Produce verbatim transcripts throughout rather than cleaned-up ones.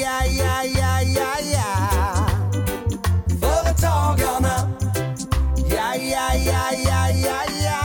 ja, ja, ja, ja, ja. Företagarna. Ja, ja, ja, ja, ja, ja.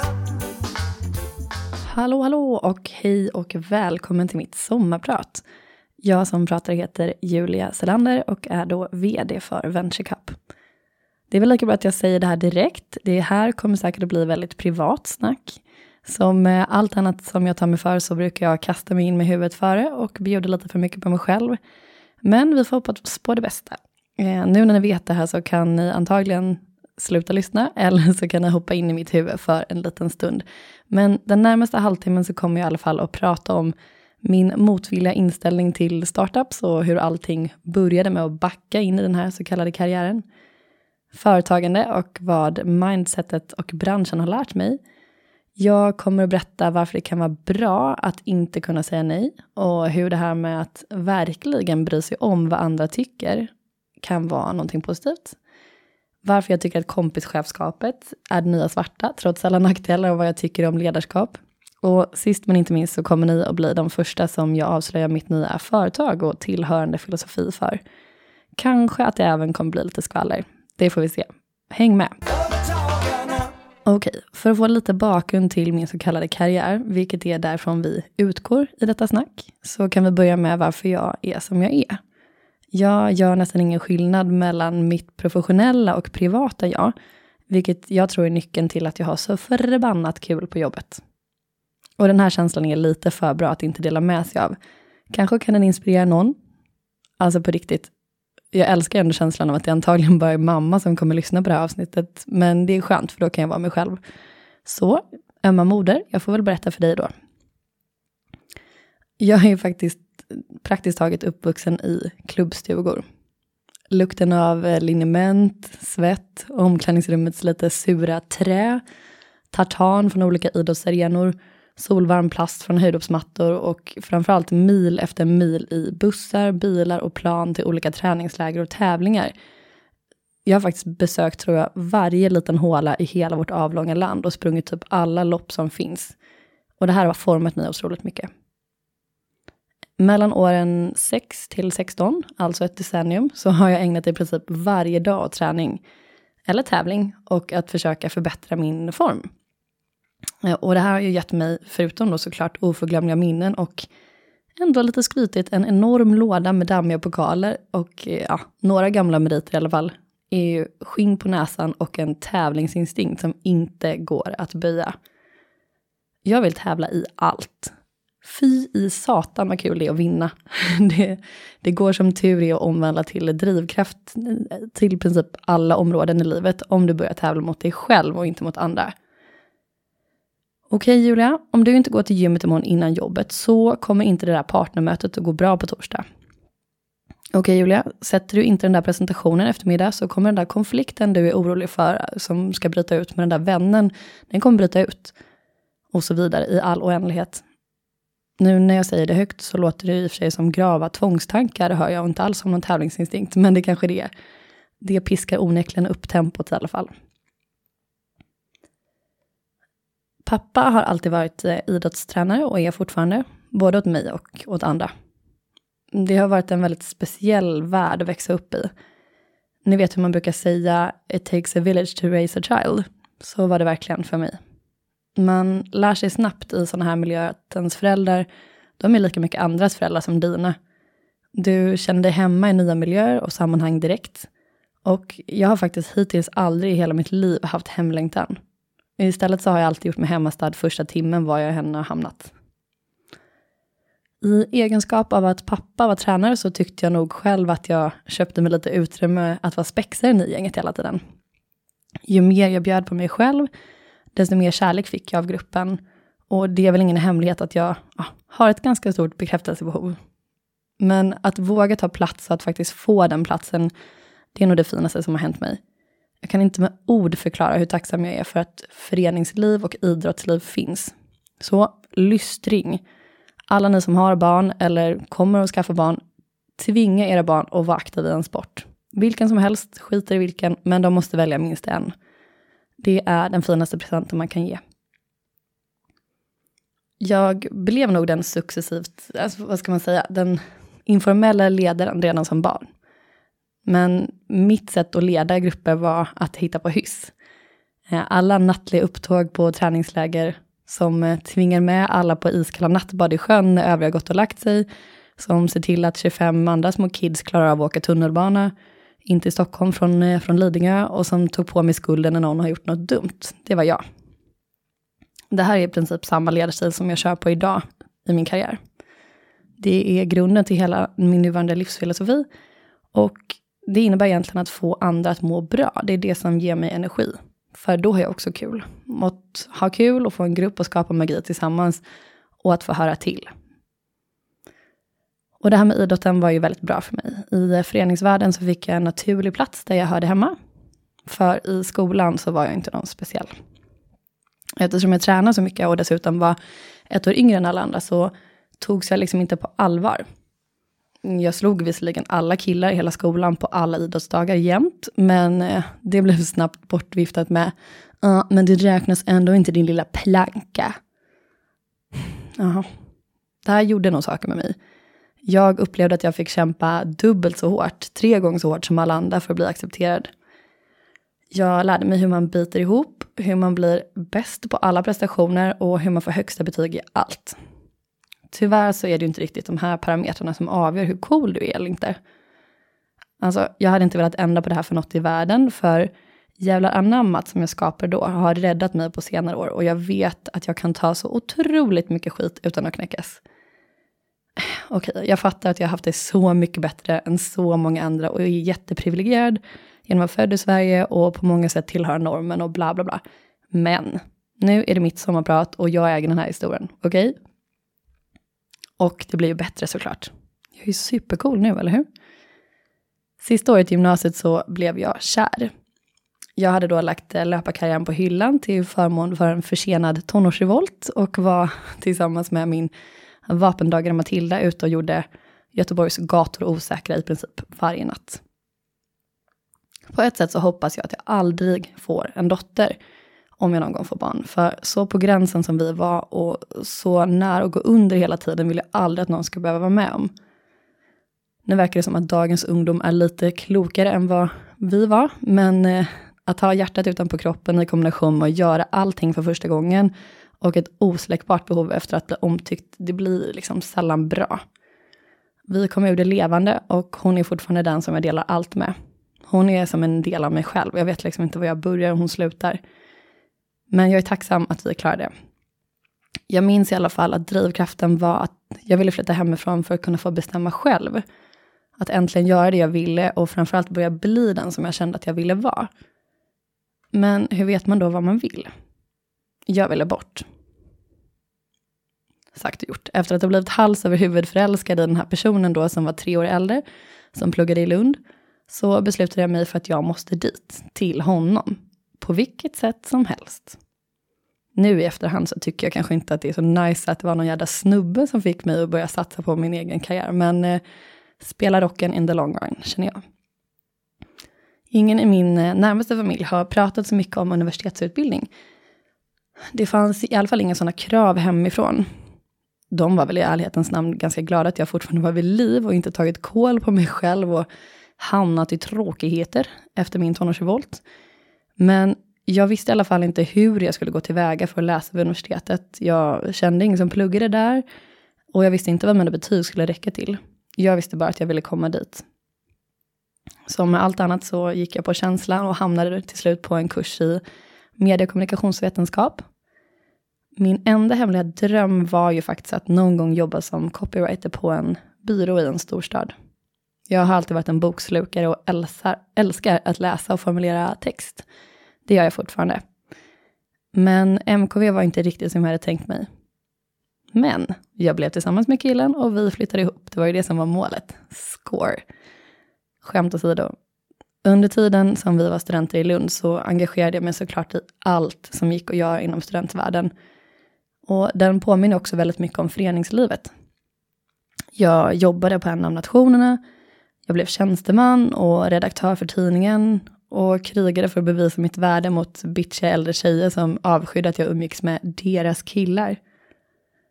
Hallå, hallå och hej och välkommen till mitt sommarprat. Jag som pratar heter Julia Selander och är då vd för VentureCup. Det är väl lika bra att jag säger det här direkt. Det här kommer säkert att bli väldigt privat snack. Som med allt annat som jag tar mig för så brukar jag kasta mig in med huvudet före och bjuda lite för mycket på mig själv. Men vi får hoppas på det bästa. Eh, nu när ni vet det här så kan ni antagligen sluta lyssna eller så kan ni hoppa in i mitt huvud för en liten stund. Men den närmaste halvtimmen så kommer jag i alla fall att prata om min motvilliga inställning till startups och hur allting började med att backa in i den här så kallade karriären. Företagande och vad mindsetet och branschen har lärt mig. Jag kommer att berätta varför det kan vara bra att inte kunna säga nej och hur det här med att verkligen bry sig om vad andra tycker kan vara någonting positivt. Varför jag tycker att kompischefskapet är det nya svarta trots alla nackdelar och vad jag tycker om ledarskap. Och sist men inte minst så kommer ni att bli de första som jag avslöjar mitt nya företag och tillhörande filosofi för. Kanske att det även kommer bli lite skvaller. Det får vi se. Häng med! Okej, okay, för att få lite bakgrund till min så kallade karriär, vilket är därifrån vi utgår i detta snack, så kan vi börja med varför jag är som jag är. Jag gör nästan ingen skillnad mellan mitt professionella och privata jag, vilket jag tror är nyckeln till att jag har så förbannat kul på jobbet. Och den här känslan är lite för bra att inte dela med sig av. Kanske kan den inspirera någon. Alltså på riktigt. Jag älskar ändå känslan av att det antagligen bara är mamma som kommer lyssna på det här avsnittet. Men det är skönt för då kan jag vara mig själv. Så, ömma moder, jag får väl berätta för dig då. Jag är ju faktiskt praktiskt taget uppvuxen i klubbstugor. Lukten av liniment, svett, omklädningsrummets lite sura trä, tartan från olika idrottsarenor, solvarm plast från höjdhoppsmattor och framförallt mil efter mil i bussar, bilar och plan till olika träningsläger och tävlingar. Jag har faktiskt besökt tror jag varje liten håla i hela vårt avlånga land och sprungit typ alla lopp som finns. Och det här har format mig otroligt mycket. Mellan åren sex till sexton, alltså ett decennium, så har jag ägnat i princip varje dag åt träning eller tävling och att försöka förbättra min form. Och det här har ju gett mig, förutom då såklart oförglömliga minnen och ändå lite skrytigt, en enorm låda med dammiga pokaler och ja, några gamla meriter i alla fall, är ju skinn på näsan och en tävlingsinstinkt som inte går att böja. Jag vill tävla i allt. Fy i satan vad kul det är att vinna. Det, det går som tur är att omvandla till drivkraft till i princip alla områden i livet om du börjar tävla mot dig själv och inte mot andra. Okej Julia, om du inte går till gymmet imorgon innan jobbet så kommer inte det där partnermötet att gå bra på torsdag. Okej Julia, sätter du inte den där presentationen eftermiddag så kommer den där konflikten du är orolig för som ska bryta ut med den där vännen, den kommer bryta ut. Och så vidare i all oändlighet. Nu när jag säger det högt så låter det i och för sig som grava tvångstankar, det hör jag inte alls som någon tävlingsinstinkt, men det kanske det är. Det piskar onekligen upp tempot i alla fall. Pappa har alltid varit idrottstränare och är fortfarande, både åt mig och åt andra. Det har varit en väldigt speciell värld att växa upp i. Ni vet hur man brukar säga, it takes a village to raise a child. Så var det verkligen för mig. Man lär sig snabbt i sådana här miljöer att ens föräldrar, de är lika mycket andras föräldrar som dina. Du känner dig hemma i nya miljöer och sammanhang direkt. Och jag har faktiskt hittills aldrig i hela mitt liv haft hemlängtan. Istället så har jag alltid gjort mig hemmastad första timmen var jag än har hamnat. I egenskap av att pappa var tränare så tyckte jag nog själv att jag köpte mig lite utrymme att vara spexaren i gänget hela tiden. Ju mer jag bjöd på mig själv, desto mer kärlek fick jag av gruppen. Och det är väl ingen hemlighet att jag ja, har ett ganska stort bekräftelsebehov. Men att våga ta plats och att faktiskt få den platsen, det är nog det finaste som har hänt mig. Jag kan inte med ord förklara hur tacksam jag är för att föreningsliv och idrottsliv finns. Så lystring. Alla ni som har barn eller kommer att skaffa barn, tvinga era barn att vara aktiva i en sport. Vilken som helst, skiter i vilken, men de måste välja minst en. Det är den finaste presenten man kan ge. Jag blev nog den successivt, alltså vad ska man säga, den informella ledaren redan som barn. Men mitt sätt att leda grupper var att hitta på hyss. Alla nattliga upptåg på träningsläger som tvingar med alla på iskalla nattbad i sjön när övriga gått och lagt sig. Som ser till att tjugofem andra små kids klarar av att åka tunnelbana. Inte i Stockholm från, från Lidingö. Och som tog på mig skulden när någon har gjort något dumt. Det var jag. Det här är i princip samma ledarstil som jag kör på idag i min karriär. Det är grunden till hela min nuvarande livsfilosofi. Och det innebär egentligen att få andra att må bra. Det är det som ger mig energi. För då har jag också kul. Att ha kul och få en grupp och skapa magi tillsammans. Och att få höra till. Och det här med idrotten var ju väldigt bra för mig. I föreningsvärlden så fick jag en naturlig plats där jag hörde hemma. För i skolan så var jag inte någon speciell. Eftersom jag tränade så mycket och dessutom var ett år yngre än alla andra så togs jag liksom inte på allvar. Jag slog visserligen alla killar i hela skolan på alla idrottsdagar jämt. Men det blev snabbt bortviftat med ja, uh, men det räknas ändå inte din lilla planka. Jaha. Det här gjorde nog saker med mig. Jag upplevde att jag fick kämpa dubbelt så hårt, tre gånger så hårt som alla andra för att bli accepterad. Jag lärde mig hur man biter ihop, hur man blir bäst på alla prestationer och hur man får högsta betyg i allt. Tyvärr så är det ju inte riktigt de här parametrarna som avgör hur cool du är eller inte. Alltså, jag hade inte velat ändra på det här för något i världen, för jävlar anammat som jag skapade då har räddat mig på senare år och jag vet att jag kan ta så otroligt mycket skit utan att knäckas. Okej, jag fattar att jag har haft det så mycket bättre än så många andra och jag är jätteprivilegierad genom att vara född i Sverige och på många sätt tillhöra normen och bla bla bla. Men nu är det mitt sommarprat och jag äger den här historien, okej? Okay? Och det blir ju bättre såklart. Jag är ju supercool nu, eller hur? Sista året i gymnasiet så blev jag kär. Jag hade då lagt löparkarriären på hyllan till förmån för en försenad tonårsrevolt och var tillsammans med min vapendagare Matilda ute och gjorde Göteborgs gator osäkra i princip varje natt. På ett sätt så hoppas jag att jag aldrig får en dotter om jag någon gång får barn. För så på gränsen som vi var och så nära att gå under hela tiden vill jag aldrig att någon ska behöva vara med om. Nu verkar det som att dagens ungdom är lite klokare än vad vi var. Men eh, att ha hjärtat utanpå kroppen i kombination med att göra allting för första gången och ett osläckbart behov efter att bli omtyckt, det blir liksom sällan bra. Vi kom ur det levande och hon är fortfarande den som jag delar allt med. Hon är som en del av mig själv. Jag vet liksom inte var jag börjar och hon slutar. Men jag är tacksam att vi klarade det. Jag minns i alla fall att drivkraften var att jag ville flytta hemifrån för att kunna få bestämma själv. Att äntligen göra det jag ville och framförallt börja bli den som jag kände att jag ville vara. Men hur vet man då vad man vill? Jag ville bort. Sagt och gjort. Efter att ha blivit hals över huvud förälskad i den här personen då som var tre år äldre, som pluggade i Lund, så beslutade jag mig för att jag måste dit, till honom. På vilket sätt som helst. Nu i efterhand så tycker jag kanske inte att det är så nice att det var någon jävla snubbe som fick mig att börja satsa på min egen karriär. Men eh, spela rocken in the long run, känner jag. Ingen i min eh, närmaste familj har pratat så mycket om universitetsutbildning. Det fanns i alla fall inga sådana krav hemifrån. De var väl i ärlighetens namn ganska glada att jag fortfarande var vid liv och inte tagit kål på mig själv och hamnat i tråkigheter efter min tonårsrevolt. Men jag visste i alla fall inte hur jag skulle gå tillväga för att läsa vid universitetet. Jag kände ingen som pluggade där och jag visste inte vad mina betyg skulle räcka till. Jag visste bara att jag ville komma dit. Som med allt annat så gick jag på känsla och hamnade till slut på en kurs i medie- och kommunikationsvetenskap. Min enda hemliga dröm var ju faktiskt att någon gång jobba som copywriter på en byrå i en storstad. Jag har alltid varit en bokslukare och älskar, älskar att läsa och formulera text. Det gör jag fortfarande. Men M K V var inte riktigt som jag hade tänkt mig. Men jag blev tillsammans med killen och vi flyttade ihop. Det var ju det som var målet. Score. Skämt åsido. Under tiden som vi var studenter i Lund så engagerade jag mig såklart i allt som gick att göra inom studentvärlden. Och den påminner också väldigt mycket om föreningslivet. Jag jobbade på en av nationerna. Jag blev tjänsteman och redaktör för tidningen och krigade för att bevisa mitt värde mot bitchiga äldre tjejer som avskydde att jag umgicks med deras killar.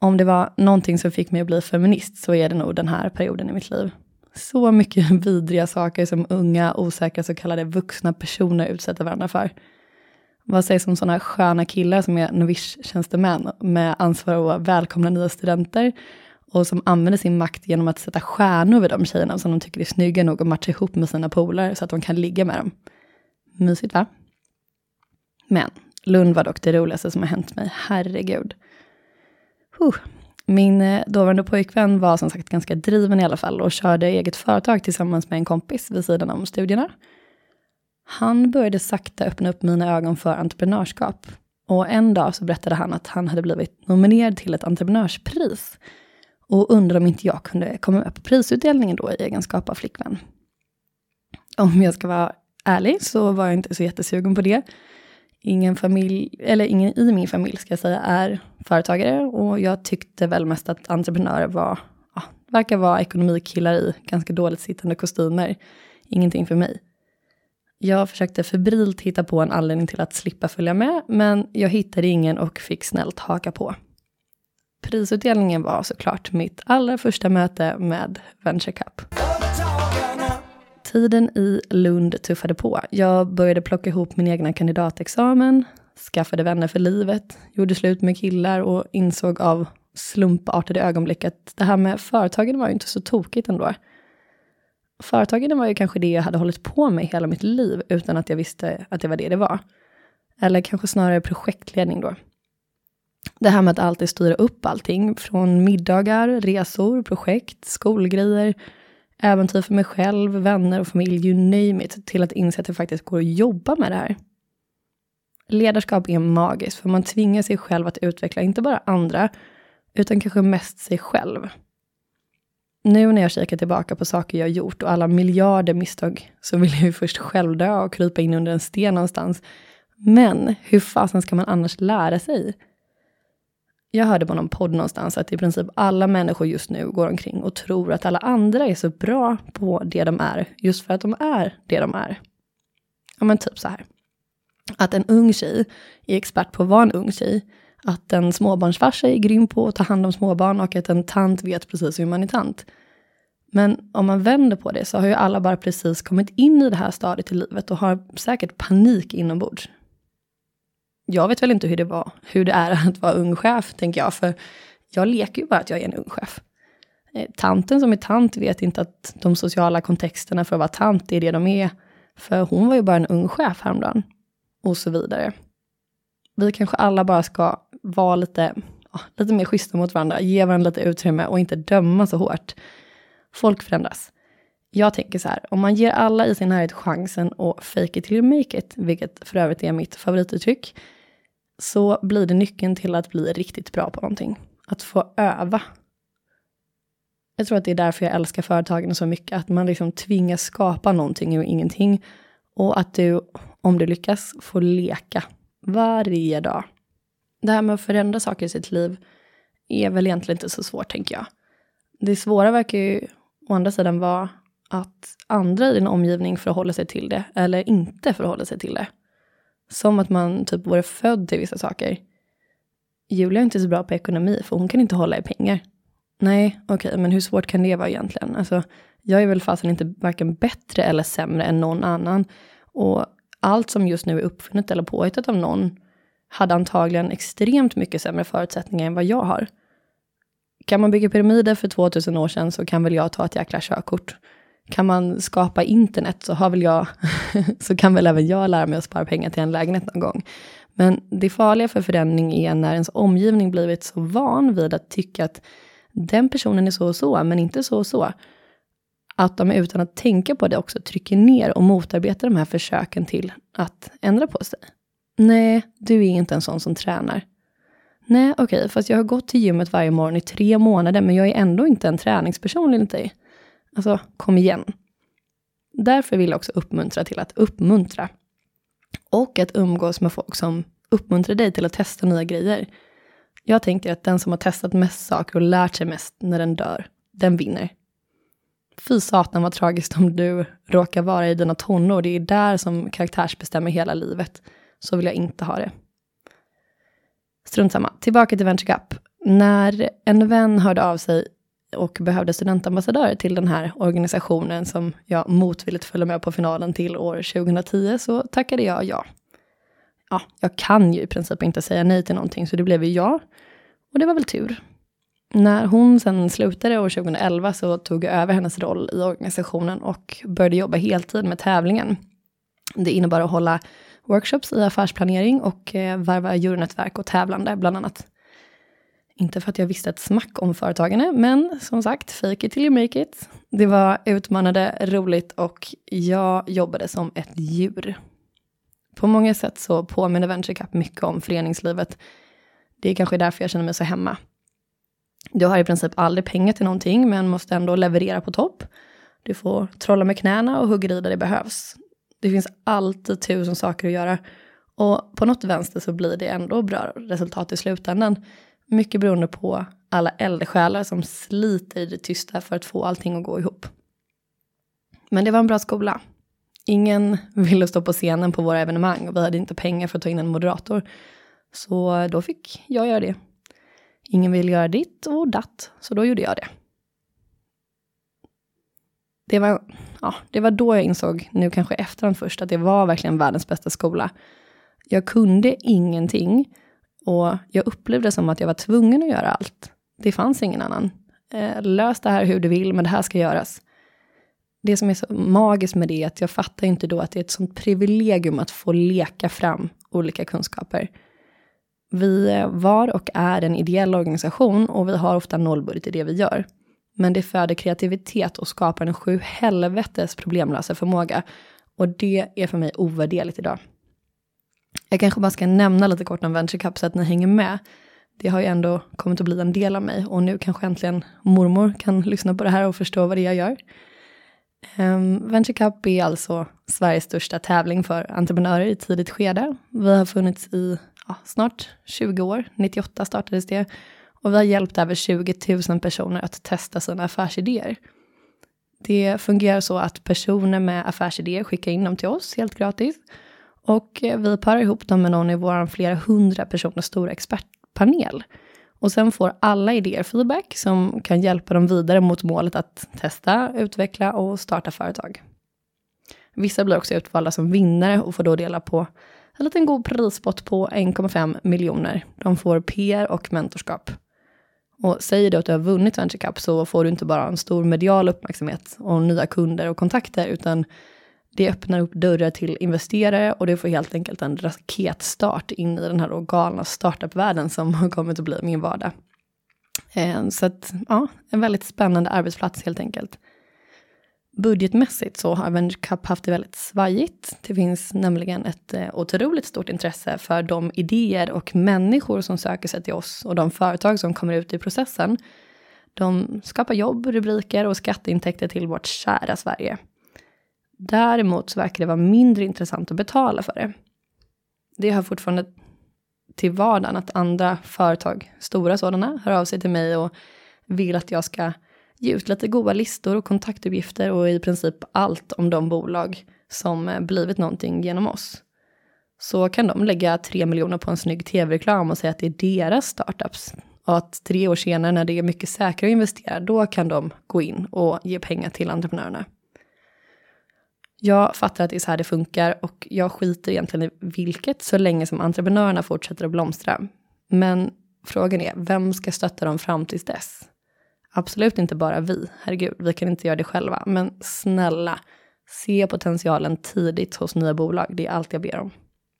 Om det var någonting som fick mig att bli feminist så är det nog den här perioden i mitt liv. Så mycket vidriga saker som unga, osäkra så kallade vuxna personer utsätter varandra för. Vad sägs om sådana sköna killar som är novice-tjänstemän med ansvar att välkomna nya studenter och som använder sin makt genom att sätta stjärnor vid de tjejerna som de tycker är snygga nog att matcha ihop med sina polare så att de kan ligga med dem. Mysigt, va? Men Lund var dock det roligaste som har hänt mig, herregud. Huh. Min dåvarande pojkvän var som sagt ganska driven i alla fall och körde eget företag tillsammans med en kompis vid sidan om studierna. Han började sakta öppna upp mina ögon för entreprenörskap. Och en dag så berättade han att han hade blivit nominerad till ett entreprenörspris. Och undrade om inte jag kunde komma med på prisutdelningen då i egenskap av flickvän. Om jag ska vara ärlig så var jag inte så jättesugen på det. Ingen familj, eller ingen i min familj ska jag säga, är företagare. Och jag tyckte väl mest att entreprenörer var, ja, verkar vara ekonomikillar i ganska dåligt sittande kostymer. Ingenting för mig. Jag försökte febrilt hitta på en anledning till att slippa följa med, men jag hittade ingen och fick snällt haka på. Prisutdelningen var såklart mitt allra första möte med Venture Cup. Tiden i Lund tuffade på. Jag började plocka ihop min egna kandidatexamen, skaffade vänner för livet, gjorde slut med killar och insåg av slumpartade ögonblick att det här med företagen var ju inte så tokigt ändå. Företagen var ju kanske det jag hade hållit på med hela mitt liv utan att jag visste att det var det det var. Eller kanske snarare projektledning då. Det här med att alltid styra upp allting från middagar, resor, projekt, skolgrejer, äventyr för mig själv, vänner och familj, you name it, till att inse att det faktiskt går att jobba med det här. Ledarskap är magiskt för man tvingar sig själv att utveckla inte bara andra utan kanske mest sig själv. Nu när jag kikar tillbaka på saker jag gjort och alla miljarder misstag så vill jag ju först själv dö och krypa in under en sten någonstans. Men hur fasen ska man annars lära sig? Jag hörde på någon podd någonstans att i princip alla människor just nu går omkring och tror att alla andra är så bra på det de är just för att de är det de är. Ja men typ så här. Att en ung tjej är expert på att vara en ung tjej. Att en småbarnsfarsa är grym på att ta hand om småbarn och att en tant vet precis hur man är tant. Men om man vänder på det så har ju alla bara precis kommit in i det här stadiet i livet och har säkert panik inombords. Jag vet väl inte hur det var, hur det är att vara ung chef, tänker jag, för jag leker ju bara att jag är en ung chef. Tanten som är tant vet inte att de sociala kontexterna för att vara tant är det de är, för hon var ju bara en ung chef häromdagen. Och så vidare. Vi kanske alla bara ska vara lite, ja, lite mer schyssta mot varandra, ge varandra lite utrymme och inte döma så hårt. Folk förändras. Jag tänker så här, om man ger alla i sin närhet chansen och fake it till you make it, vilket för övrigt är mitt favorituttryck, så blir det nyckeln till att bli riktigt bra på någonting. Att få öva. Jag tror att det är därför jag älskar företagen så mycket, att man liksom tvingas skapa någonting och ingenting. Och att du, om du lyckas, får leka varje dag. Det här med att förändra saker i sitt liv är väl egentligen inte så svårt, tänker jag. Det svåra verkar ju å andra sidan vara att andra i din omgivning förhåller sig till det eller inte förhåller sig till det. Som att man typ vore född till vissa saker. Julia är inte så bra på ekonomi för hon kan inte hålla i pengar. Nej, okej, okay, men hur svårt kan det vara egentligen? Alltså, jag är väl fasen inte varken bättre eller sämre än någon annan. Och allt som just nu är uppfunnet eller påhittat av någon hade antagligen extremt mycket sämre förutsättningar än vad jag har. Kan man bygga pyramider för tvåtusen år sedan så kan väl jag ta ett jäkla körkort. Kan man skapa internet så har väl jag så kan väl även jag lära mig att spara pengar till en lägenhet någon gång. Men det farliga för förändring är när ens omgivning blivit så van vid att tycka att den personen är så och så men inte så och så. Att de utan att tänka på det också trycker ner och motarbetar de här försöken till att ändra på sig. Nej, du är inte en sån som tränar. Nej, okej, okay, fast jag har gått till gymmet varje morgon i tre månader men jag är ändå inte en träningsperson enligt dig. Alltså, kom igen. Därför vill jag också uppmuntra till att uppmuntra. Och att umgås med folk som uppmuntrar dig till att testa nya grejer. Jag tänker att den som har testat mest saker och lärt sig mest när den dör, den vinner. Fy satan vad tragiskt om du råkar vara i dina tonår. Det är där som karaktärsbestämmer hela livet. Så vill jag inte ha det. Strunt samma. Tillbaka till Venture Cup. När en vän hörde av sig och behövde studentambassadörer till den här organisationen som jag motvilligt följde med på finalen till år tjugohundratio så tackade jag ja. Ja, jag kan ju i princip inte säga nej till någonting så det blev ju ja. Och det var väl tur. När hon sen slutade år tjugoelva så tog jag över hennes roll i organisationen och började jobba heltid med tävlingen. Det innebar att hålla workshops i affärsplanering och eh, varva jurynätverk och tävlande bland annat. Inte för att jag visste ett smack om företagande, men som sagt, fake it till you make it. Det var utmanande, roligt och jag jobbade som ett djur. På många sätt så påminner VentureCup mycket om föreningslivet. Det är kanske därför jag känner mig så hemma. Du har i princip aldrig pengar till någonting men måste ändå leverera på topp. Du får trolla med knäna och hugga i där det behövs. Det finns alltid tusen saker att göra. Och på något vänster så blir det ändå bra resultat i slutändan. Mycket beroende på alla eldsjälar som sliter i det tysta för att få allting att gå ihop. Men det var en bra skola. Ingen ville stå på scenen på våra evenemang och vi hade inte pengar för att ta in en moderator. Så då fick jag göra det. Ingen ville göra ditt och datt, så då gjorde jag det. Det var, ja, det var då jag insåg, nu kanske efterhand först, att det var verkligen världens bästa skola. Jag kunde ingenting och jag upplevde som att jag var tvungen att göra allt. Det fanns ingen annan. Eh, lös det här hur du vill, men det här ska göras. Det som är så magiskt med det är att jag fattar inte då att det är ett sånt privilegium att få leka fram olika kunskaper. Vi var och är en ideell organisation och vi har ofta nollbudget i det vi gör. Men det föder kreativitet och skapar en sju helvetes problemlösa förmåga. Och det är för mig ovärderligt idag. Jag kanske bara ska nämna lite kort om VentureCup så att ni hänger med. Det har ju ändå kommit att bli en del av mig. Och nu kanske äntligen mormor kan lyssna på det här och förstå vad det är jag gör. Um, VentureCup är alltså Sveriges största tävling för entreprenörer i tidigt skede. Vi har funnits i ja, snart tjugo år. nittioåtta startades det. Och vi har hjälpt över tjugo tusen personer att testa sina affärsidéer. Det fungerar så att personer med affärsidéer skickar in dem till oss helt gratis. Och vi parar ihop dem med någon i vår flera hundra personer stora expertpanel. Och sen får alla idéer feedback som kan hjälpa dem vidare mot målet att testa, utveckla och starta företag. Vissa blir också utvalda som vinnare och får då dela på en liten god prispott på en komma fem miljoner. De får P R och mentorskap. Och säger du att du har vunnit VentureCup så får du inte bara en stor medial uppmärksamhet och nya kunder och kontakter utan det öppnar upp dörrar till investerare och det får helt enkelt en raketstart in i den här galna startup-världen som har kommit att bli min vardag. Så att, ja, en väldigt spännande arbetsplats helt enkelt. Budgetmässigt så har VentureCup haft det väldigt svajigt. Det finns nämligen ett otroligt stort intresse för de idéer och människor som söker sig till oss och de företag som kommer ut i processen. De skapar jobb, rubriker och skatteintäkter till vårt kära Sverige. Däremot så verkar det vara mindre intressant att betala för det. Det har fortfarande till vardagen att andra företag, stora sådana, hör av sig till mig och vill att jag ska ge ut lite goda listor och kontaktuppgifter och i princip allt om de bolag som blivit någonting genom oss. Så kan de lägga tre miljoner på en snygg tv-reklam och säga att det är deras startups. Och att tre år senare när det är mycket säkrare att investera, då kan de gå in och ge pengar till entreprenörerna. Jag fattar att det är så här det funkar och jag skiter egentligen i vilket så länge som entreprenörerna fortsätter att blomstra. Men frågan är, vem ska stötta dem fram tills dess? Absolut inte bara vi, herregud, vi kan inte göra det själva. Men snälla, se potentialen tidigt hos nya bolag, det är allt jag ber om.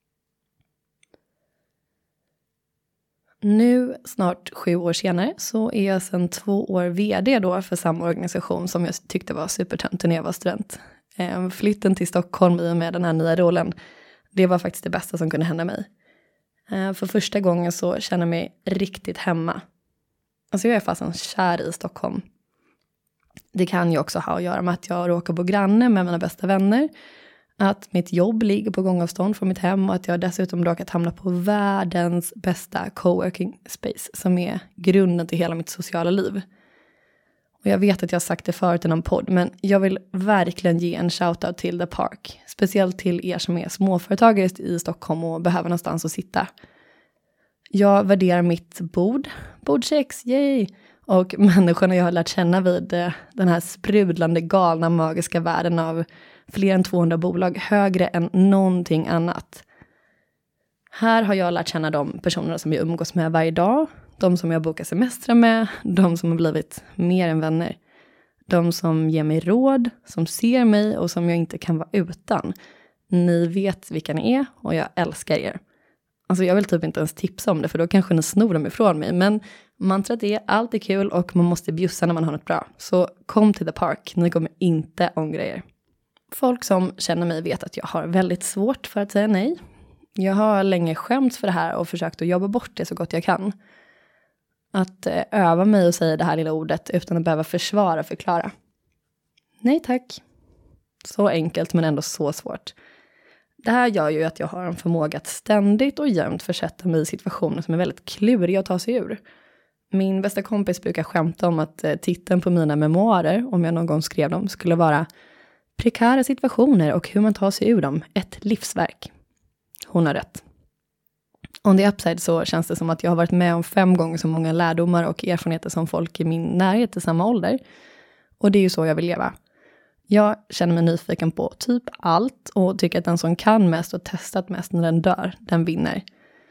Nu, snart sju år senare, så är jag sedan två år vd då för samma organisation som jag tyckte var supertöntig när jag var student. Flytten till Stockholm i och med den här nya rollen, det var faktiskt det bästa som kunde hända mig. För första gången så känner jag mig riktigt hemma. Alltså jag är fast kär i Stockholm. Det kan ju också ha att göra med att jag råkar bo granne med mina bästa vänner. Att mitt jobb ligger på gångavstånd från mitt hem och att jag dessutom råkat hamna på världens bästa coworking space som är grunden till hela mitt sociala liv. Och jag vet att jag har sagt det förut i någon podd, men jag vill verkligen ge en shoutout till The Park. Speciellt till er som är småföretagare i Stockholm och behöver någonstans att sitta. Jag värderar mitt bord, bordsex, yay! Och människorna jag har lärt känna vid den här sprudlande, galna, magiska världen av fler än tvåhundra bolag högre än någonting annat. Här har jag lärt känna de personerna som jag umgås med varje dag, de som jag bokar semestrar med, de som har blivit mer än vänner. De som ger mig råd, som ser mig och som jag inte kan vara utan. Ni vet vilka ni är och jag älskar er. Alltså jag vill typ inte ens tipsa om det för då kanske ni snor dem ifrån mig. Men mantrat är allt är kul och man måste bjussa när man har något bra. Så kom till the park, ni kommer inte ångra er. Folk som känner mig vet att jag har väldigt svårt för att säga nej. Jag har länge skämts för det här och försökt att jobba bort det så gott jag kan. Att eh, öva mig och säga det här lilla ordet utan att behöva försvara och förklara. Nej tack. Så enkelt men ändå så svårt. Det här gör ju att jag har en förmåga att ständigt och jämt försätta mig i situationer som är väldigt kluriga att ta sig ur. Min bästa kompis brukar skämta om att eh, titeln på mina memoarer, om jag någon gång skrev dem, skulle vara prekära situationer och hur man tar sig ur dem, ett livsverk. Hon har rätt. On the upside så känns det som att jag har varit med om fem gånger så många lärdomar och erfarenheter som folk i min närhet i samma ålder. Och det är ju så jag vill leva. Jag känner mig nyfiken på typ allt och tycker att den som kan mest och testat mest när den dör, den vinner.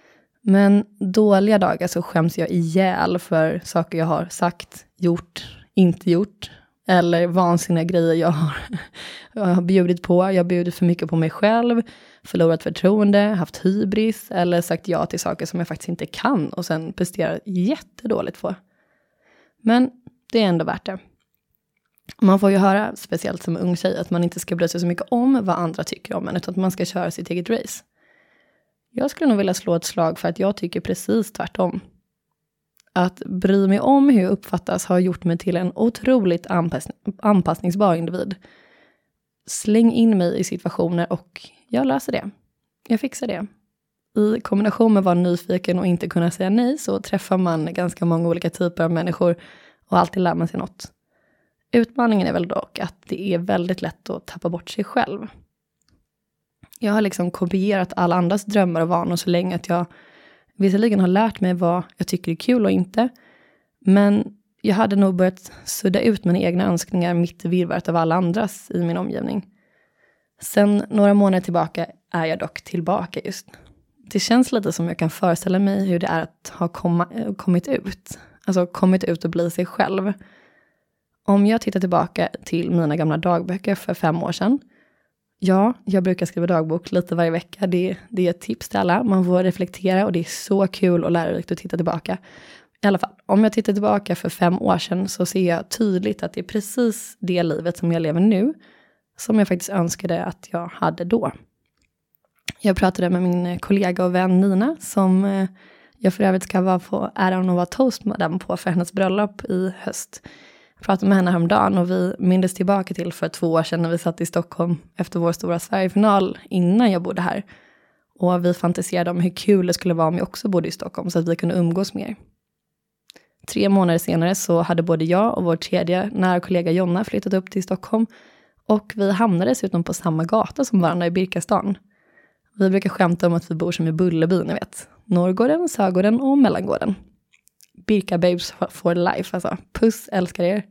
Men dåliga dagar så skäms jag ihjäl för saker jag har sagt, gjort, inte gjort. Eller vansinniga grejer jag har, jag har bjudit på. Jag har bjudit för mycket på mig själv, förlorat förtroende, haft hybris eller sagt ja till saker som jag faktiskt inte kan och sen presterar jättedåligt på. Men det är ändå värt det. Man får ju höra, speciellt som ung tjej, att man inte ska bry sig så mycket om vad andra tycker om en utan att man ska köra sitt eget race. Jag skulle nog vilja slå ett slag för att jag tycker precis tvärtom. Att bry mig om hur jag uppfattas har gjort mig till en otroligt anpass- anpassningsbar individ. Släng in mig i situationer och jag löser det. Jag fixar det. I kombination med att vara nyfiken och inte kunna säga nej så träffar man ganska många olika typer av människor och alltid lär man sig något. Utmaningen är väl dock att det är väldigt lätt att tappa bort sig själv. Jag har liksom kopierat alla andras drömmar och vanor så länge att jag visserligen har lärt mig vad jag tycker är kul och inte. Men jag hade nog börjat sudda ut mina egna önskningar mitt i virvaret av alla andras i min omgivning. Sen några månader tillbaka är jag dock tillbaka just. Det känns lite som jag kan föreställa mig hur det är att ha komma, kommit ut. Alltså kommit ut och bli sig själv. Om jag tittar tillbaka till mina gamla dagböcker för fem år sedan. Ja, jag brukar skriva dagbok lite varje vecka. Det, det är ett tips till alla. Man får reflektera och det är så kul och lärorikt att titta tillbaka. I alla fall, om jag tittar tillbaka för fem år sedan så ser jag tydligt att det är precis det livet som jag lever nu som jag faktiskt önskade att jag hade då. Jag pratade med min kollega och vän Nina som jag för övrigt ska vara på äran att vara toastmadam på för hennes bröllop i höst. Jag pratade med henne häromdagen och vi mindes tillbaka till för två år sedan när vi satt i Stockholm efter vår stora Sverigefinal innan jag bodde här. Och vi fantiserade om hur kul det skulle vara om jag också bodde i Stockholm så att vi kunde umgås mer. Tre månader senare så hade både jag och vår tredje nära kollega Jonna flyttat upp till Stockholm. Och vi hamnade dessutom på samma gata som varandra i Birkastan. Vi brukar skämta om att vi bor som i Bullerby, ni vet. Norrgården, Sögården och Mellangården. Birka babes for life, alltså. Puss, älskar er.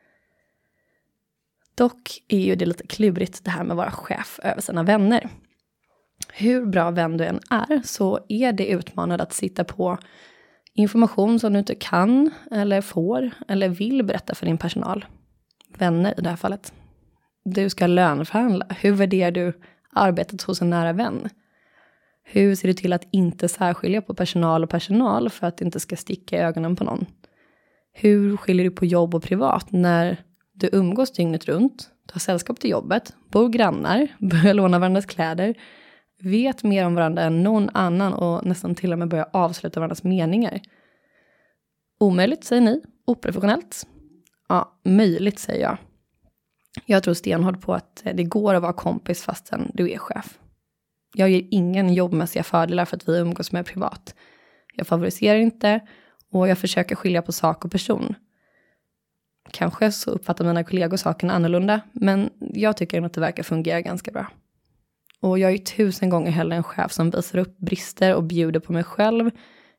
Dock är ju det lite klurigt det här med att vara chef över sina vänner. Hur bra vän du än är så är det utmanande att sitta på information som du inte kan eller får eller vill berätta för din personal. Vänner i det här fallet. Du ska löneförhandla. Hur värderar du arbetet hos en nära vän? Hur ser du till att inte särskilja på personal och personal för att det inte ska sticka i ögonen på någon? Hur skiljer du på jobb och privat när du umgås dygnet runt, tar sällskap till jobbet, bor grannar, börjar låna varandras kläder, vet mer om varandra än någon annan och nästan till och med börjar avsluta varandras meningar? Omöjligt, säger ni. Oprofessionellt? Ja, möjligt, säger jag. Jag tror stenhårt på att det går att vara kompis fastän du är chef. Jag ger ingen jobbmässiga fördelar för att vi umgås med privat. Jag favoriserar inte och jag försöker skilja på sak och person. Kanske så uppfattar mina kollegor saken annorlunda, men jag tycker att det verkar fungera ganska bra. Och jag är tusen gånger hellre en chef som visar upp brister och bjuder på mig själv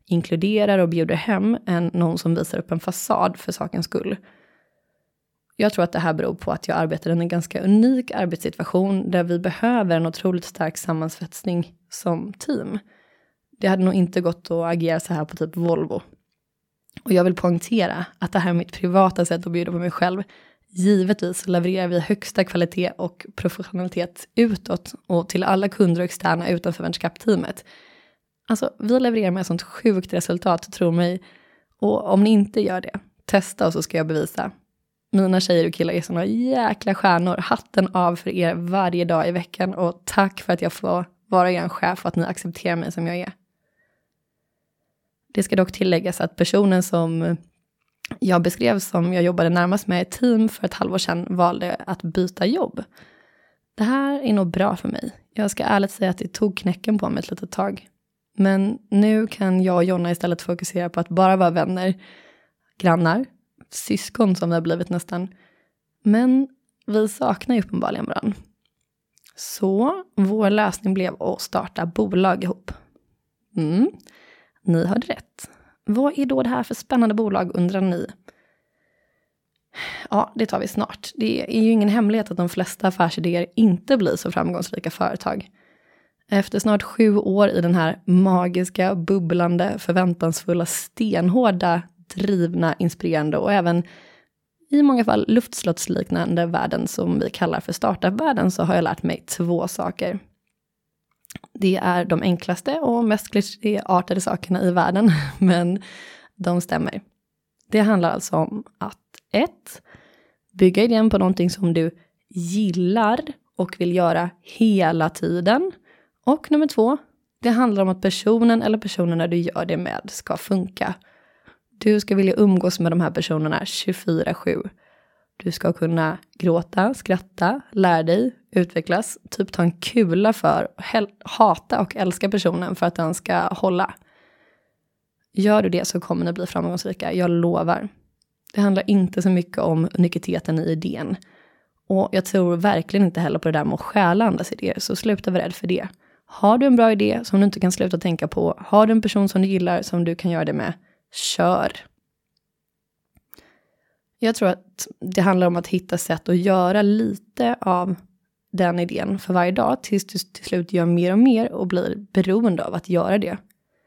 inkluderar och bjuder hem än någon som visar upp en fasad för sakens skull. Jag tror att det här beror på att jag arbetar i en ganska unik arbetssituation där vi behöver en otroligt stark sammansvetsning som team. Det hade nog inte gått att agera så här på typ Volvo. Och jag vill poängtera att det här är mitt privata sätt att bjuda på mig själv. Givetvis levererar vi högsta kvalitet och professionalitet utåt och till alla kunder och externa utanför VentureCap-teamet. Alltså, vi levererar med ett sånt sjukt resultat, tror mig. Och om ni inte gör det, testa och så ska jag bevisa. Mina tjejer och killar är såna jäkla stjärnor. Hatten av för er varje dag i veckan. Och tack för att jag får vara er chef och att ni accepterar mig som jag är. Det ska dock tilläggas att personen som jag beskrev som jag jobbade närmast med i team för ett halvår sedan valde att byta jobb. Det här är nog bra för mig. Jag ska ärligt säga att det tog knäcken på mig ett litet tag. Men nu kan jag och Jonna istället fokusera på att bara vara vänner, grannar, syskon som det har blivit nästan. Men vi saknar ju uppenbarligen varandra. Så vår lösning blev att starta bolag ihop. Mm, ni hörde rätt. Vad är då det här för spännande bolag, undrar ni? Ja, det tar vi snart. Det är ju ingen hemlighet att de flesta affärsidéer inte blir så framgångsrika företag. Efter snart sju år i den här magiska, bubblande, förväntansfulla, stenhårda, drivna, inspirerande och även i många fall luftslottsliknande världen som vi kallar för startup-världen, så har jag lärt mig två saker. Det är de enklaste och mest klichéartade sakerna i världen, men de stämmer. Det handlar alltså om att ett, bygga idén på någonting som du gillar och vill göra hela tiden. Och nummer två, det handlar om att personen eller personerna du gör det med ska funka. Du ska vilja umgås med de här personerna tjugofyra sju. Du ska kunna gråta, skratta, lära dig, utvecklas, typ ta en kula för, hata och älska personen för att den ska hålla. Gör du det så kommer ni bli framgångsrika, jag lovar. Det handlar inte så mycket om unikiteten i idén. Och jag tror verkligen inte heller på det där med att stjäla andras idéer, så sluta vara rädd för det. Har du en bra idé som du inte kan sluta tänka på, har du en person som du gillar som du kan göra det med, kör. Jag tror att det handlar om att hitta sätt att göra lite av den idén för varje dag tills du till slut gör mer och mer och blir beroende av att göra det.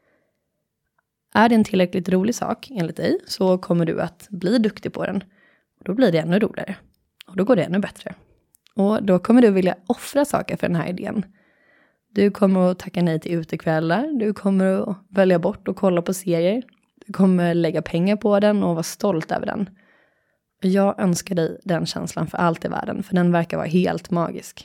Är det en tillräckligt rolig sak enligt dig så kommer du att bli duktig på den. Och då blir det ännu roligare. Och då går det ännu bättre. Och då kommer du vilja offra saker för den här idén. Du kommer att tacka nej till utekvällar. Du kommer att välja bort och kolla på serier. Du kommer lägga pengar på den och vara stolt över den. Jag önskar dig den känslan för allt i världen, för den verkar vara helt magisk.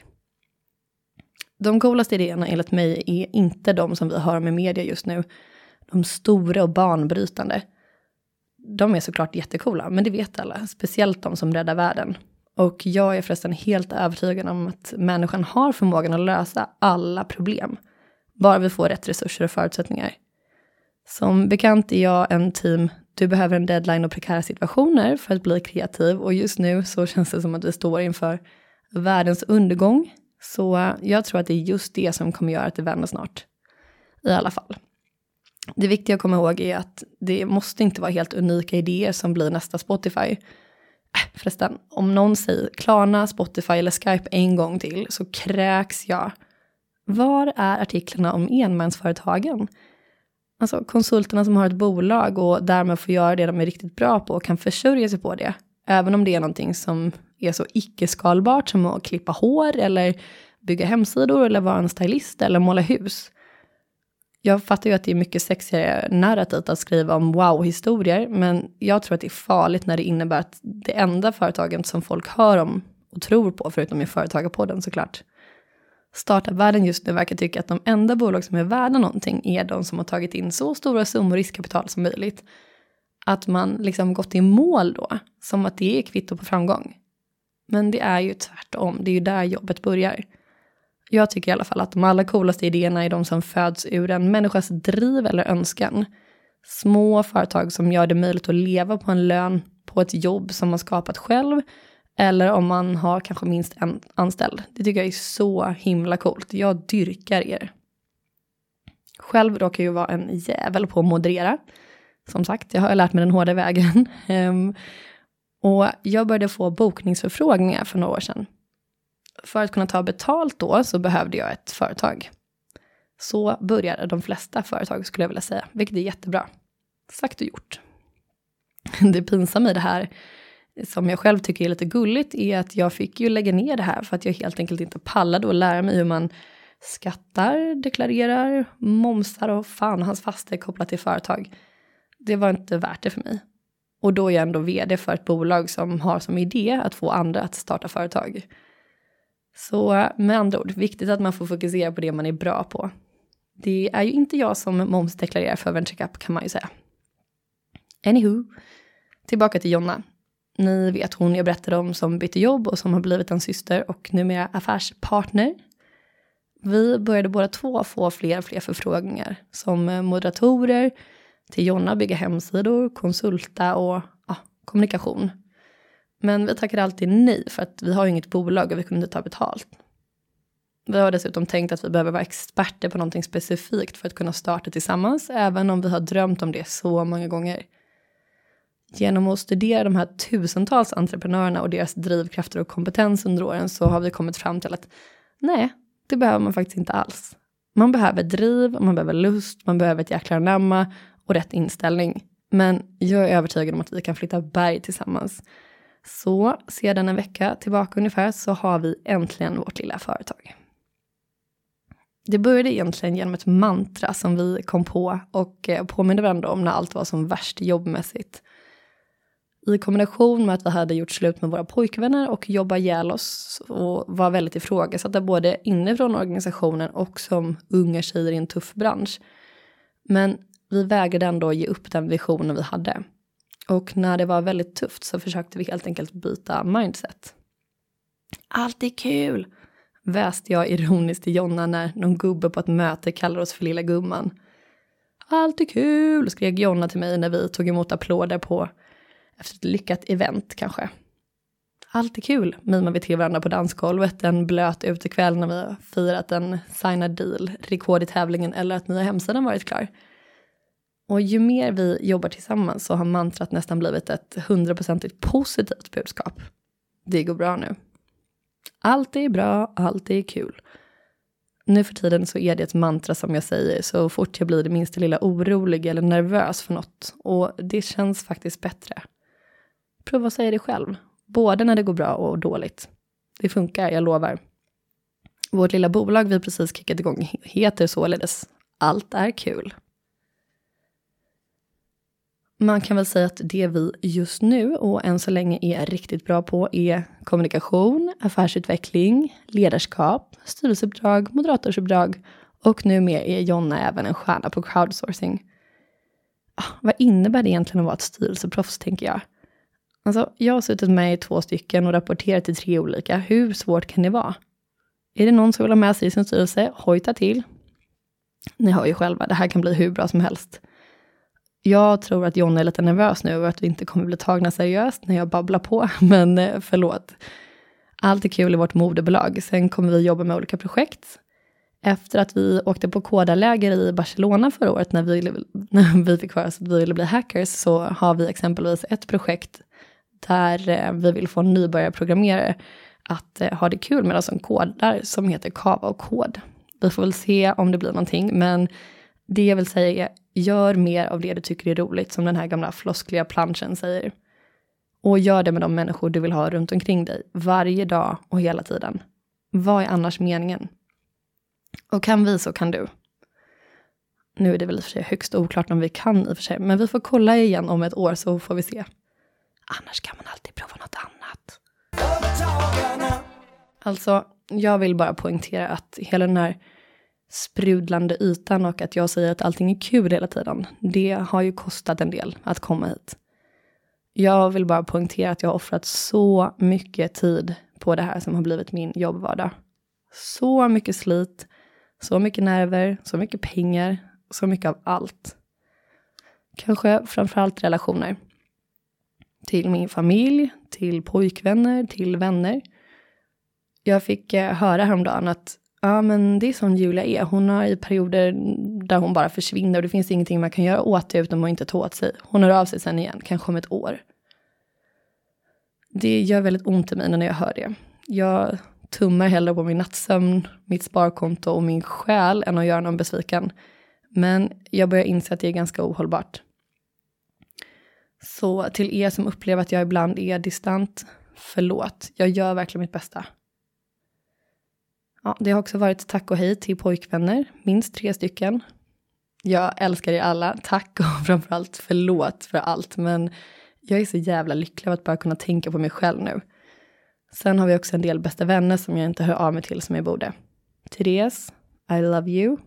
De coolaste idéerna enligt mig är inte de som vi hör om i media just nu. De stora och banbrytande. De är såklart jättekola, men det vet alla. Speciellt de som räddar världen. Och jag är förresten helt övertygad om att människan har förmågan att lösa alla problem. Bara vi får rätt resurser och förutsättningar. Som bekant är jag en team. Du behöver en deadline och prekära situationer för att bli kreativ. Och just nu så känns det som att vi står inför världens undergång. Så jag tror att det är just det som kommer göra att det vänder snart. I alla fall. Det viktiga att komma ihåg är att det måste inte vara helt unika idéer som blir nästa Spotify. Äh, förresten, om någon säger Klarna, Spotify eller Skype en gång till så kräks jag. Var är artiklarna om enmansföretagen? Alltså konsulterna som har ett bolag och därmed får göra det de är riktigt bra på och kan försörja sig på det. Även om det är någonting som är så icke-skalbart som att klippa hår eller bygga hemsidor eller vara en stylist eller måla hus. Jag fattar ju att det är mycket sexigare narrativt att skriva om wow-historier, men jag tror att det är farligt när det innebär att det enda företaget som folk hör om och tror på, förutom i företagarpodden såklart. Startup-världen just nu verkar tycka att de enda bolag som är värda någonting är de som har tagit in så stora summor riskkapital som möjligt. Att man liksom gått i mål då, som att det är kvitto på framgång. Men det är ju tvärtom, det är ju där jobbet börjar. Jag tycker i alla fall att de allra coolaste idéerna är de som föds ur en människas driv eller önskan. Små företag som gör det möjligt att leva på en lön på ett jobb som man skapat själv. Eller om man har kanske minst en anställd. Det tycker jag är så himla coolt. Jag dyrkar er. Själv råkar jag ju vara en jävel på att moderera. Som sagt, jag har lärt mig den hårda vägen. Um, och jag började få bokningsförfrågningar för några år sedan. För att kunna ta betalt då så behövde jag ett företag. Så började de flesta företag skulle jag vilja säga. Vilket är jättebra. Sagt och gjort. Det pinsamma i det här, som jag själv tycker är lite gulligt, är att jag fick ju lägga ner det här för att jag helt enkelt inte pallade att lära mig hur man skattar, deklarerar, momsar och fan hans faster kopplat till företag. Det var inte värt det för mig. Och då är jag ändå vd för ett bolag som har som idé att få andra att starta företag. Så med andra ord, viktigt att man får fokusera på det man är bra på. Det är ju inte jag som momsdeklarerar för VentureCap kan man ju säga. Anywho, tillbaka till Jonna. Ni vet hon jag berättade om som bytte jobb och som har blivit en syster och numera affärspartner. Vi började båda två få fler och fler förfrågningar som moderatorer till Jonna, bygga hemsidor, konsulta och ja, kommunikation. Men vi tackade alltid nej för att vi har ju inget bolag och vi kunde inte ta betalt. Vi har dessutom tänkt att vi behöver vara experter på någonting specifikt för att kunna starta tillsammans, även om vi har drömt om det så många gånger. Genom att studera de här tusentals entreprenörerna och deras drivkrafter och kompetens under åren så har vi kommit fram till att nej, det behöver man faktiskt inte alls. Man behöver driv, man behöver lust, man behöver ett jäkla namma och rätt inställning. Men jag är övertygad om att vi kan flytta berg tillsammans. Så sedan en vecka tillbaka ungefär så har vi äntligen vårt lilla företag. Det började egentligen genom ett mantra som vi kom på och påminner varandra om när allt var som värst jobbmässigt. I kombination med att vi hade gjort slut med våra pojkvänner och jobbat ihjäl oss och var väldigt ifrågasatta både inifrån organisationen och som unga tjejer i en tuff bransch. Men vi vägrade ändå ge upp den visionen vi hade. Och när det var väldigt tufft så försökte vi helt enkelt byta mindset. Allt är kul, väste jag ironiskt till Jonna när någon gubbe på ett möte kallade oss för lilla gumman. Allt är kul, skrek Jonna till mig när vi tog emot applåder på efter ett lyckat event kanske. Allt är kul, mimade vi till varandra på dansgolvet en blöt utekväll när vi har firat en signad deal, rekord i tävlingen eller att nya hemsidan varit klar. Och ju mer vi jobbar tillsammans så har mantrat nästan blivit ett hundraprocentigt positivt budskap. Det går bra nu. Allt är bra, allt är kul. Nu för tiden så är det ett mantra som jag säger så fort jag blir det minsta lilla orolig eller nervös för något. Och det känns faktiskt bättre. Prova att säga det själv. Både när det går bra och dåligt. Det funkar, jag lovar. Vårt lilla bolag vi precis kickat igång heter således Allt är kul. Man kan väl säga att det vi just nu och än så länge är riktigt bra på är kommunikation, affärsutveckling, ledarskap, styrelseuppdrag, moderatorsuppdrag och numera är Jonna även en stjärna på crowdsourcing. Ah, vad innebär det egentligen att vara ett styrelseproffs tänker jag? Alltså, jag har suttit med i två stycken och rapporterat till tre olika. Hur svårt kan det vara? Är det någon som vill ha med sig i sin styrelse? Hojta till. Ni hör ju själva, det här kan bli hur bra som helst. Jag tror att Jonna är lite nervös nu och att vi inte kommer bli tagna seriöst när jag babblar på. Men förlåt. Allt är kul i vårt moderbolag. Sen kommer vi jobba med olika projekt. Efter att vi åkte på kodaläger i Barcelona förra året när vi, när vi fick höra att vi ville bli hackers så har vi exempelvis ett projekt där vi vill få nybörjarprogrammerare att ha det kul med oss som kodar som heter Kava och kod. Vi får väl se om det blir någonting men det jag vill säga är gör mer av det du tycker är roligt som den här gamla floskliga planschen säger. Och gör det med de människor du vill ha runt omkring dig varje dag och hela tiden. Vad är annars meningen? Och kan vi så kan du. Nu är det väl i och för sig högst oklart om vi kan i och för sig. Men vi får kolla igen om ett år så får vi se. Annars kan man alltid prova något annat. Alltså, jag vill bara poängtera att hela den här sprudlande ytan och att jag säger att allting är kul hela tiden. Det har ju kostat en del att komma hit. Jag vill bara poängtera att jag har offrat så mycket tid på det här som har blivit min jobbvardag. Så mycket slit, så mycket nerver, så mycket pengar, så mycket av allt. Kanske framförallt relationer. Till min familj, till pojkvänner, till vänner. Jag fick höra häromdagen att ja men det är som Julia är. Hon har i perioder där hon bara försvinner och det finns ingenting man kan göra åt det utan att inte ta åt sig. Hon hör av sig sen igen, kanske om ett år. Det gör väldigt ont i mig när jag hör det. Jag tummar hellre på min nattsömn, mitt sparkonto och min själ än att göra någon besviken. Men jag börjar inse att det är ganska ohållbart. Så till er som upplever att jag ibland är distant, förlåt. Jag gör verkligen mitt bästa. Ja, det har också varit tack och hej till pojkvänner, minst tre stycken. Jag älskar er alla, tack och framförallt förlåt för allt. Men jag är så jävla lycklig av att bara kunna tänka på mig själv nu. Sen har vi också en del bästa vänner som jag inte hör av mig till som jag borde. Therese, I love you.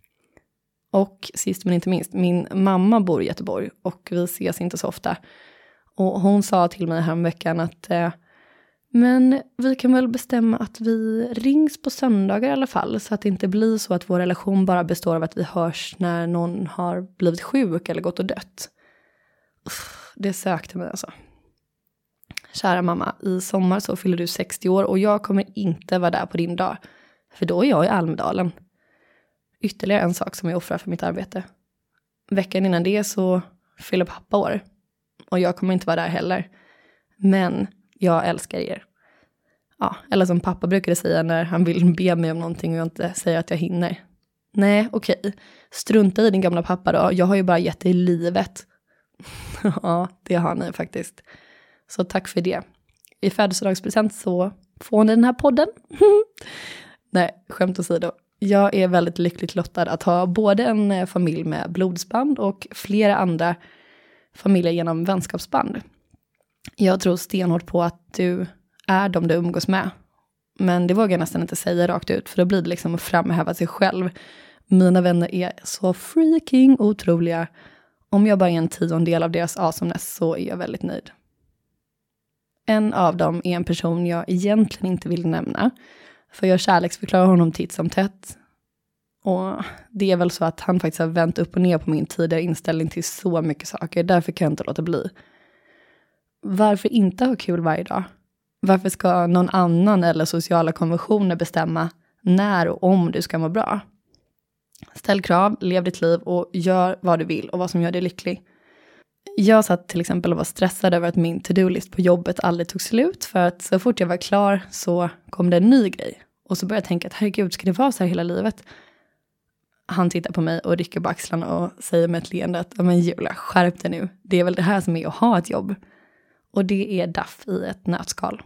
Och sist men inte minst, min mamma bor i Göteborg och vi ses inte så ofta. Och hon sa till mig häromveckan att eh, men vi kan väl bestämma att vi rings på söndagar i alla fall. Så att det inte blir så att vår relation bara består av att vi hörs när någon har blivit sjuk eller gått och dött. Uff, det sökte mig alltså. Kära mamma, i sommar så fyller du sextio år och jag kommer inte vara där på din dag. För då är jag i Almedalen. Ytterligare en sak som jag offrar för mitt arbete. Veckan innan det så fyller pappa år. Och jag kommer inte vara där heller. Men jag älskar er. Ja, eller som pappa brukade säga när han vill be mig om någonting och jag inte säger att jag hinner. Nej, okej. Okay. Strunta i din gamla pappa då. Jag har ju bara gett dig livet. Ja, det har ni faktiskt. Så tack för det. I födelsedagspresent så får ni den här podden. Nej, skämt åsido. Jag är väldigt lyckligt lottad att ha både en familj med blodsband och flera andra familjer genom vänskapsband. Jag tror stenhårt på att du är de du umgås med. Men det vågar jag nästan inte säga rakt ut för då blir det liksom att framhäva sig själv. Mina vänner är så freaking otroliga. Om jag bara är en tiondel av deras awesomeness så är jag väldigt nöjd. En av dem är en person jag egentligen inte vill nämna. För jag kärleksförklarar honom titt som tätt. Och det är väl så att han faktiskt har vänt upp och ner på min tidigare inställning till så mycket saker. Därför kan jag inte låta bli. Varför inte ha kul varje dag? Varför ska någon annan eller sociala konventioner bestämma när och om du ska må bra? Ställ krav, lev ditt liv och gör vad du vill och vad som gör dig lycklig. Jag satt till exempel och var stressad över att min to-do-list på jobbet aldrig tog slut. För att så fort jag var klar så kom det en ny grej. Och så började jag tänka att herregud, ska det vara så här hela livet? Han tittar på mig och rycker på axlarna och säger med ett leende att men Julia, skärp dig nu. Det är väl det här som är att ha ett jobb. Och det är daff i ett nötskal.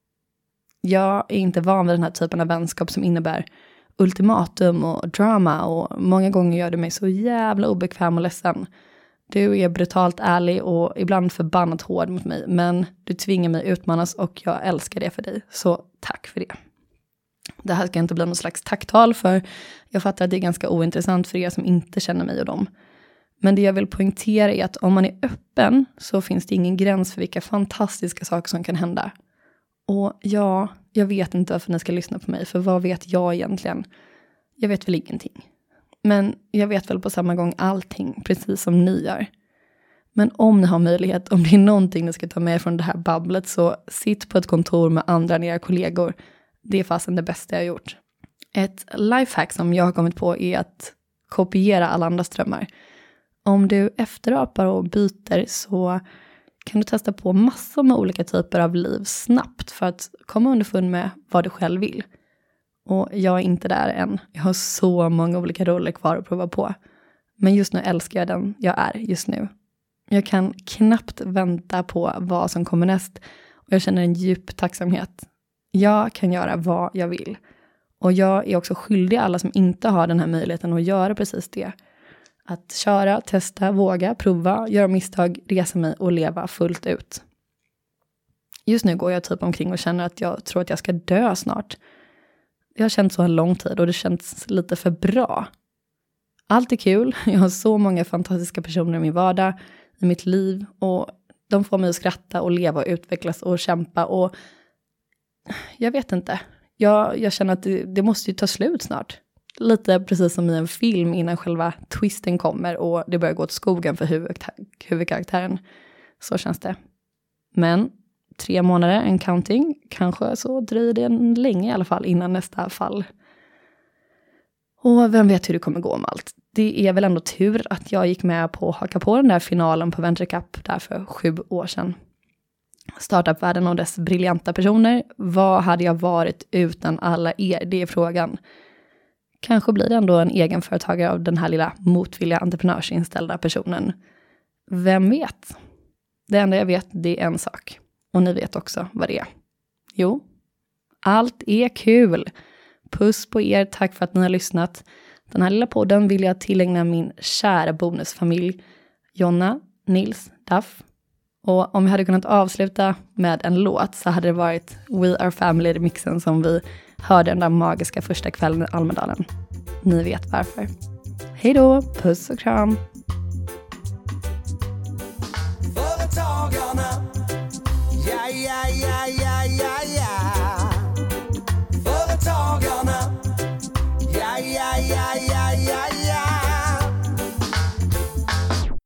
Jag är inte van vid den här typen av vänskap som innebär ultimatum och drama. Och många gånger gör det mig så jävla obekväm och ledsen. Du är brutalt ärlig och ibland förbannat hård mot mig. Men du tvingar mig utmanas och jag älskar det för dig. Så tack för det. Det här ska inte bli någon slags tacktal för jag fattar att det är ganska ointressant för er som inte känner mig och dem. Men det jag vill poängtera är att om man är öppen så finns det ingen gräns för vilka fantastiska saker som kan hända. Och ja, jag vet inte varför ni ska lyssna på mig för vad vet jag egentligen? Jag vet väl ingenting. Men jag vet väl på samma gång allting, precis som ni gör. Men om ni har möjlighet, om det är någonting ni ska ta med från det här babblet så sitt på ett kontor med andra än era kollegor. Det är fasen det bästa jag har gjort. Ett lifehack som jag har kommit på är att kopiera alla andras drömmar. Om du efterapar och byter så kan du testa på massor med olika typer av liv snabbt för att komma underfund med vad du själv vill. Och jag är inte där än. Jag har så många olika roller kvar att prova på. Men just nu älskar jag den jag är just nu. Jag kan knappt vänta på vad som kommer näst. Och jag känner en djup tacksamhet. Jag kan göra vad jag vill. Och jag är också skyldig alla som inte har den här möjligheten att göra precis det. Att köra, testa, våga, prova, göra misstag, resa mig och leva fullt ut. Just nu går jag typ omkring och känner att jag tror att jag ska dö snart. Jag har känt så en lång tid och det känns lite för bra. Allt är kul. Jag har så många fantastiska personer i min vardag, i mitt liv. Och de får mig att skratta och leva och utvecklas och kämpa. Och jag vet inte. Jag, jag känner att det, det måste ju ta slut snart. Lite precis som i en film innan själva twisten kommer och det börjar gå åt skogen för huvud, huvudkaraktären. Så känns det. Men tre månader, en counting, kanske så dröjer det en länge i alla fall innan nästa fall. Och vem vet hur det kommer gå med allt. Det är väl ändå tur att jag gick med på att haka på den där finalen på Venture Cup där för sju år sedan. Startup-världen och dess briljanta personer. Vad hade jag varit utan alla er? Det är frågan. Kanske blir det ändå en egenföretagare av den här lilla motvilliga entreprenörsinställda personen. Vem vet? Det enda jag vet, det är en sak. Och ni vet också vad det är. Jo, allt är kul. Puss på er, tack för att ni har lyssnat. Den här lilla podden vill jag tillägna min kära bonusfamilj. Jonna, Nils, Duff. Och om vi hade kunnat avsluta med en låt så hade det varit We Are Family-remixen som vi hörde den där magiska första kvällen i Almedalen. Ni vet varför. Hej då, puss och kram. Företagarna, ja, ja, ja, ja, ja, ja. Företagarna, ja, ja, ja, ja, ja, ja.